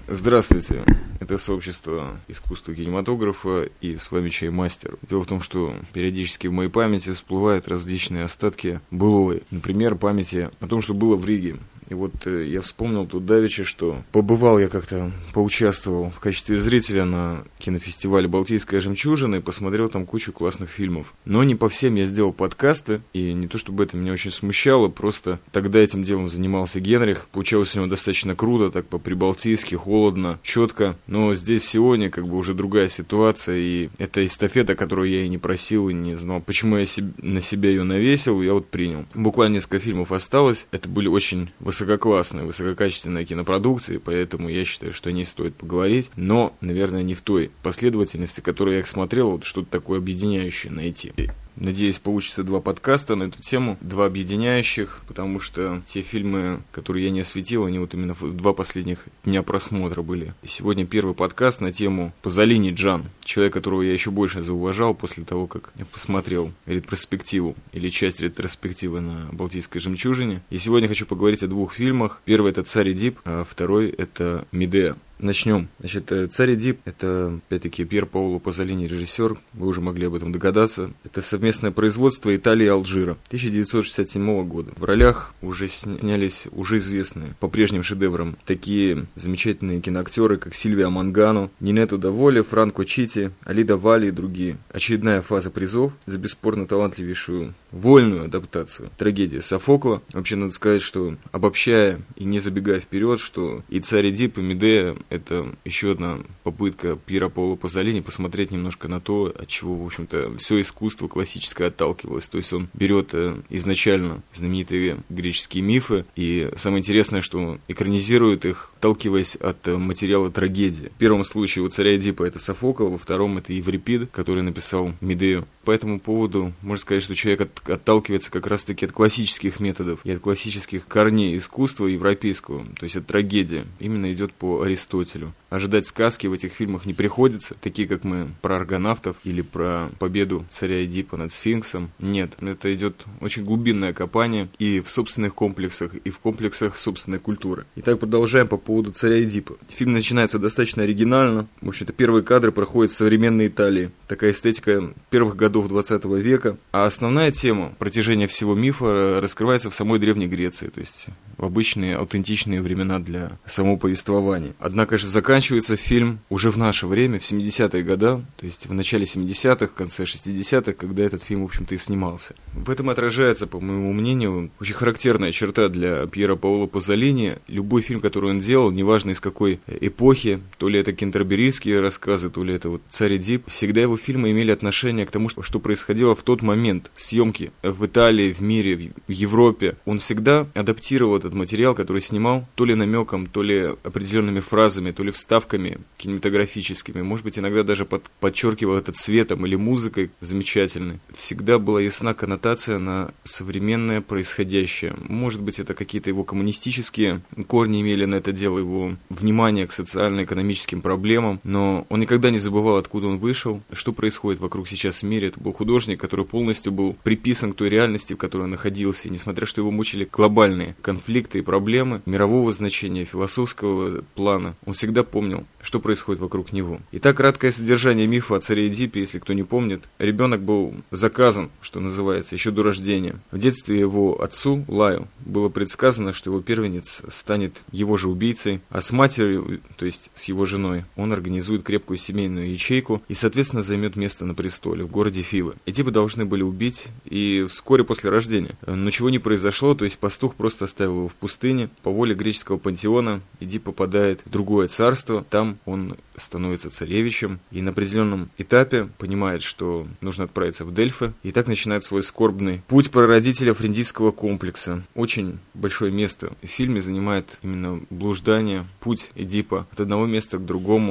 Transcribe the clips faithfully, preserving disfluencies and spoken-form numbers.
Здравствуйте, это сообщество искусства кинематографа, и с вами Чаймастер. Дело в том, что периодически в моей памяти всплывают различные остатки былой. Например, памяти о том, что было в Риге. И вот э, я вспомнил тут давеча, что побывал я как-то, поучаствовал в качестве зрителя на кинофестивале «Балтийская жемчужина» и посмотрел там кучу классных фильмов. Но не по всем я сделал подкасты, и не то чтобы это меня очень смущало, просто тогда этим делом занимался Генрих. Получалось у него достаточно круто, так по-прибалтийски, холодно, четко. Но здесь сегодня как бы уже другая ситуация, и это эстафета, которую я и не просил, и не знал, почему я себе, на себя ее навесил, я вот принял. Буквально несколько фильмов осталось, это были очень высокие высококлассная, высококачественная кинопродукция, поэтому я считаю, что о ней стоит поговорить, но, наверное, не в той последовательности, которую я их смотрел, вот что-то такое объединяющее найти. Надеюсь, получится два подкаста на эту тему, два объединяющих, потому что те фильмы, которые я не осветил, они вот именно в два последних дня просмотра были. И сегодня первый подкаст на тему Пазолини Джан, человек, которого я еще больше зауважал после того, как я посмотрел ретроспективу или часть ретроспективы на «Балтийской жемчужине». И сегодня хочу поговорить о двух фильмах. Первый — это «Царь Эдип», а второй — это «Медея». Начнем. Значит, «Царь Эдип» — это, опять-таки, Пьер Паоло Пазолини, режиссер, вы уже могли об этом догадаться. Это совместное производство Италии и Алжира тысяча девятьсот шестьдесят седьмого года. В ролях уже снялись уже известные по прежним шедеврам такие замечательные киноактеры, как Сильвия Мангано, Нинетто Даволе, Франко Чити, Алида Вали и другие. Очередная фаза призов за бесспорно талантливейшую вольную адаптацию трагедии Софокла. Вообще, надо сказать, что, обобщая и не забегая вперед, что и «Царь Эдип», и «Медея» — это еще одна попытка Пьера Паоло Пазолини посмотреть немножко на то, от чего, в общем-то, все искусство классическое отталкивалось. То есть он берет изначально знаменитые греческие мифы, и самое интересное, что он экранизирует их, отталкиваясь от материала трагедии. В первом случае у «Царя Эдипа» это Софокл, во втором это Еврипид, который написал «Медею». По этому поводу можно сказать, что человек от, отталкивается как раз-таки от классических методов и от классических корней искусства европейского, то есть от трагедии. Именно идет по Аристотелю. Ожидать сказки в этих фильмах не приходится, такие как мы про аргонавтов или про победу царя Эдипа над сфинксом. Нет, это идет очень глубинное копание и в собственных комплексах, и в комплексах собственной культуры. Итак, продолжаем по поводу «Царя Эдипа». Фильм начинается достаточно оригинально. В общем-то, первые кадры проходят в современной Италии. Такая эстетика первых годов двадцатого века. А основная тема протяжения всего мифа раскрывается в самой Древней Греции, то есть в обычные аутентичные времена для самого повествования. Однако же заканчивается фильм уже в наше время, в семидесятые годы, то есть в начале семидесятых, в конце шестидесятых, когда этот фильм, в общем-то, и снимался. В этом отражается, по моему мнению, очень характерная черта для Пьера Паоло Пазолини. Любой фильм, который он делал, неважно из какой эпохи, то ли это кентерберийские рассказы, то ли это вот «Царь Эдип», всегда его фильмы имели отношение к тому, что происходило в тот момент. Съемки в Италии, в мире, в Европе. Он всегда адаптировал этот материал, который снимал, то ли намеком, то ли определенными фразами, то ли вставками кинематографическими. Может быть, иногда даже под, подчеркивал это цветом или музыкой замечательной. Всегда была ясна коннотация на современное происходящее. Может быть, это какие-то его коммунистические корни имели на это дело, его внимание к социально-экономическим проблемам, но он никогда не забывал, откуда он вышел, что происходит вокруг сейчас в мире. Это был художник, который полностью был приписан к той реальности, в которой он находился, и несмотря что его мучили глобальные конфликты и проблемы мирового значения, философского плана, он всегда помнил, что происходит вокруг него. Итак, краткое содержание мифа о царе Эдипе, если кто не помнит. Ребенок был заказан, что называется, еще до рождения. В детстве его отцу, Лаю, было предсказано, что его первенец станет его же убийцей, а с матерью, то есть с его женой, он организует крепкую семейную ячейку и, соответственно, займет место на престоле в городе Фивы. Эдипа должны были убить и вскоре после рождения. Но чего не произошло, то есть пастух просто оставил его в пустыне. По воле греческого пантеона Эдип попадает в другое царство, там он становится царевичем и на определенном этапе понимает, что нужно отправиться в Дельфы, и так начинает свой скорбный путь прародителя френдийского комплекса. Очень большое место в фильме занимает именно блуждание, путь Эдипа от одного места к другому,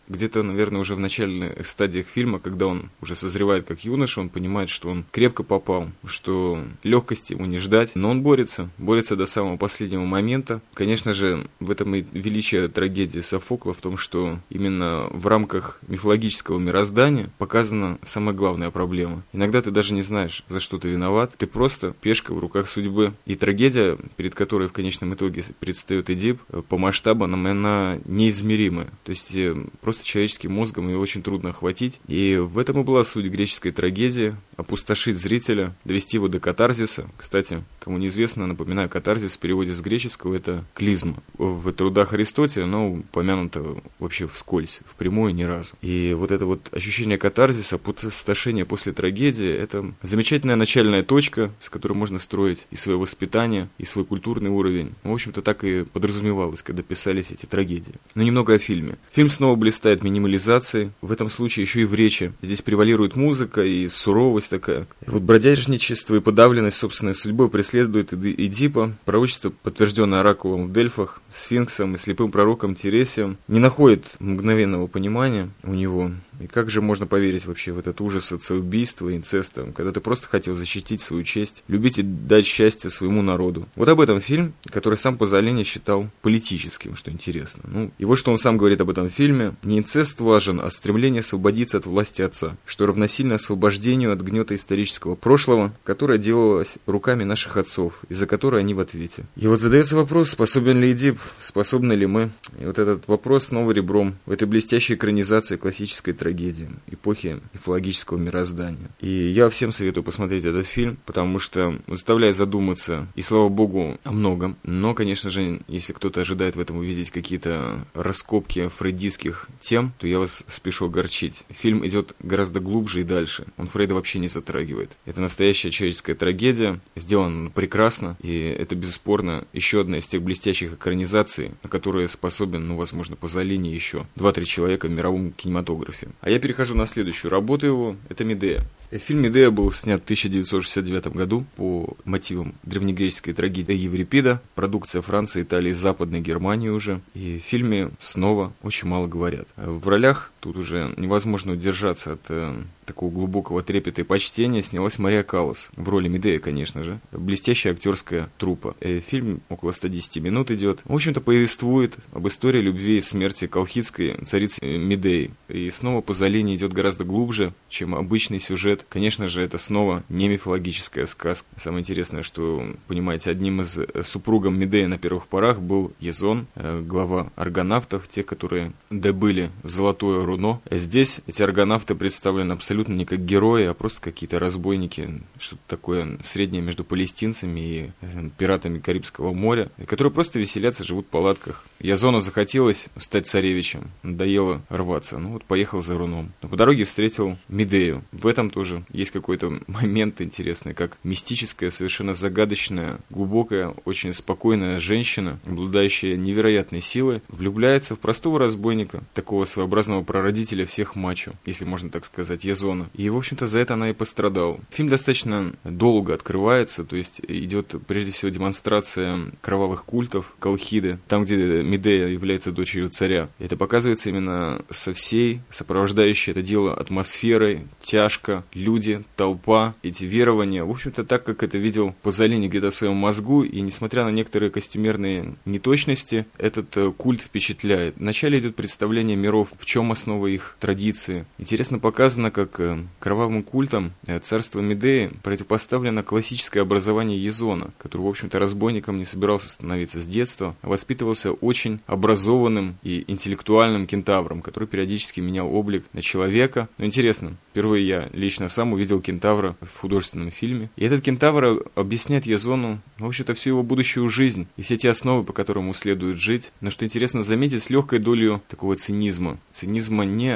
где-то, наверное, уже в начальных стадиях фильма, когда он уже созревает как юноша, он понимает, что он крепко попал, что легкости ему не ждать, но он борется, борется до самого последнего момента. Конечно же, в этом и величие трагедии Софокла в том, что именно в рамках мифологического мироздания показана самая главная проблема. Иногда ты даже не знаешь, за что ты виноват, ты просто пешка в руках судьбы. И трагедия, перед которой в конечном итоге предстает Эдип, по масштабам она неизмеримая. То есть просто человеческим мозгом ее очень трудно охватить. И в этом и была суть греческой трагедии — опустошить зрителя, довести его до катарзиса. Кстати, кому неизвестно, напоминаю, катарзис в переводе с греческого — это клизма. В трудах Аристотеля, но упомянуто вообще вскользь, впрямую ни разу. И вот это вот ощущение катарзиса, опустошения после трагедии — это замечательная начальная точка, с которой можно строить и свое воспитание, и свой культурный уровень. В общем-то, так и подразумевалось, когда писались эти трагедии. Но немного о фильме. Фильм снова блистает минимализацией, в этом случае еще и в речи. Здесь превалирует музыка и суровость такая. И вот бродяжничество и подавленность собственной судьбой преследует Эдипа. Пророчество, подтвержденное оракулом в Дельфах, Сфинксом и слепым пророком Тересием, не находит мгновенного понимания у него. И как же можно поверить вообще в этот ужас отцеубийства и инцеста, когда ты просто хотел защитить свою честь, любить и дать счастье своему народу. Вот об этом фильм, который сам Пазолини считал политическим, что интересно. Ну, и вот что он сам говорит об этом фильме. Не инцест важен, а стремление освободиться от власти отца, что равносильно освобождению от гнета исторического прошлого, которое делалось руками наших отцов, и за которое они в ответе. И вот задается вопрос, способен ли Эдип, способны ли мы? И вот этот вопрос снова ребром в этой блестящей экранизации классической трагедии, эпохи мифологического мироздания. И я всем советую посмотреть этот фильм, потому что заставляет задуматься, и слава богу, о многом. Но, конечно же, если кто-то ожидает в этом увидеть какие-то раскопки фрейдистских тем, то я вас спешу огорчить. Фильм идет гораздо глубже и дальше. Он Фрейда вообще не затрагивает. Это настоящая человеческая трагедия, сделана прекрасно, и это, бесспорно, еще одна из тех блестящих экранизаций, на которые способен, ну, возможно, Пазолини еще два-три человека в мировом кинематографе. А я перехожу на следующую работу его, это «Медея». Фильм «Медея» был снят в тысяча девятьсот шестьдесят девятом году по мотивам древнегреческой трагедии Еврипида, продукция Франции, Италии, Западной Германии уже. И в фильме снова очень мало говорят. В ролях тут уже невозможно удержаться от э, такого глубокого трепета и почтения. Снялась Мария Каллас в роли Медеи, конечно же. Блестящая актерская труппа. Э, фильм около ста десяти минут идет. В общем-то, повествует об истории любви и смерти колхидской царицы Медеи. И снова Пазолини идет гораздо глубже, чем обычный сюжет. Конечно же, это снова не мифологическая сказка. Самое интересное, что, понимаете, одним из супругов Медеи на первых порах был Язон, глава аргонавтов, те, которые добыли золотое руно. Здесь эти аргонавты представлены абсолютно не как герои, а просто какие-то разбойники, что-то такое среднее между палестинцами и пиратами Карибского моря, которые просто веселятся, живут в палатках. Язону захотелось стать царевичем, надоело рваться, ну вот поехал за руном. Но по дороге встретил Медею. В этом тоже есть какой-то момент интересный, как мистическая, совершенно загадочная, глубокая, очень спокойная женщина, обладающая невероятной силой, влюбляется в простого разбойника, такого своеобразного прародителя всех мачо, если можно так сказать, Язона. И, в общем-то, за это она и пострадала. Фильм достаточно долго открывается, то есть идет прежде всего демонстрация кровавых культов Колхиды, там, где Медея является дочерью царя. Это показывается именно со всей сопровождающей это дело атмосферой, тяжко, люди, толпа, эти верования. В общем-то, так, как это видел Пазолини где-то в своем мозгу, и несмотря на некоторые костюмерные неточности, этот э, культ впечатляет. Вначале идет представление миров, в чем основа их традиции. Интересно показано, как э, кровавым культом э, царства Медеи противопоставлено классическое образование Язона, который, в общем-то, разбойником не собирался становиться с детства, а воспитывался очень образованным и интеллектуальным кентавром, который периодически менял облик на человека. Но интересно, впервые я лично сам увидел кентавра в художественном фильме. И этот кентавр объясняет Язону, в общем-то, всю его будущую жизнь и все те основы, по которым ему следует жить. Но что интересно заметить, с легкой долей такого цинизма. Цинизма не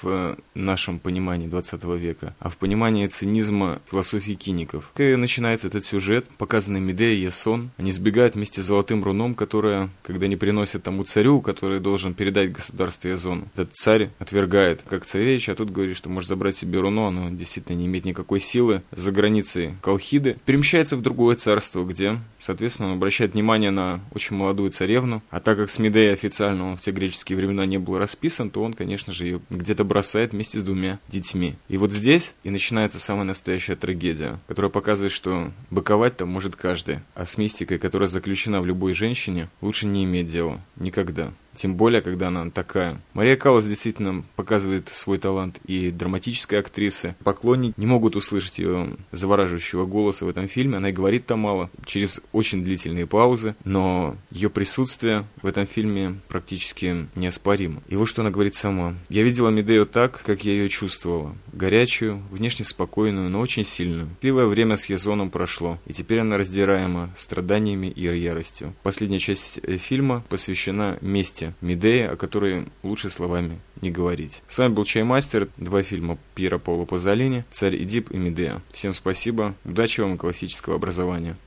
в нашем понимании двадцатого века, а в понимании цинизма философии киников. И начинается этот сюжет, показанный Медея и Ясон. Они сбегают вместе с золотым руном, которое, когда они приносят тому царю, который должен передать государство Язону, этот царь отвергает как царевич, а тут говорит, что может забрать себе руно, оно действительно действительно не имеет никакой силы за границей Колхиды, перемещается в другое царство, где, соответственно, он обращает внимание на очень молодую царевну, а так как с Медеей официально он в те греческие времена не был расписан, то он, конечно же, ее где-то бросает вместе с двумя детьми. И вот здесь и начинается самая настоящая трагедия, которая показывает, что быковать-то может каждый, а с мистикой, которая заключена в любой женщине, лучше не иметь дела. Никогда. Тем более, когда она такая. Мария Каллас действительно показывает свой талант и драматической актрисы. Поклонники не могут услышать ее завораживающего голоса в этом фильме. Она и говорит там мало, через очень длительные паузы, но ее присутствие в этом фильме практически неоспоримо. И вот что она говорит сама. «Я видела Медею так, как я ее чувствовала. Горячую, внешне спокойную, но очень сильную. Счастливое время с Язоном прошло, и теперь она раздираема страданиями и яростью». Последняя часть фильма посвящена мести Медеи, о которой лучше словами не говорить. С вами был Чаймастер, два фильма Пьера Паоло Пазолини, «Царь Эдип» и «Медея». Всем спасибо, удачи вам и классического образования.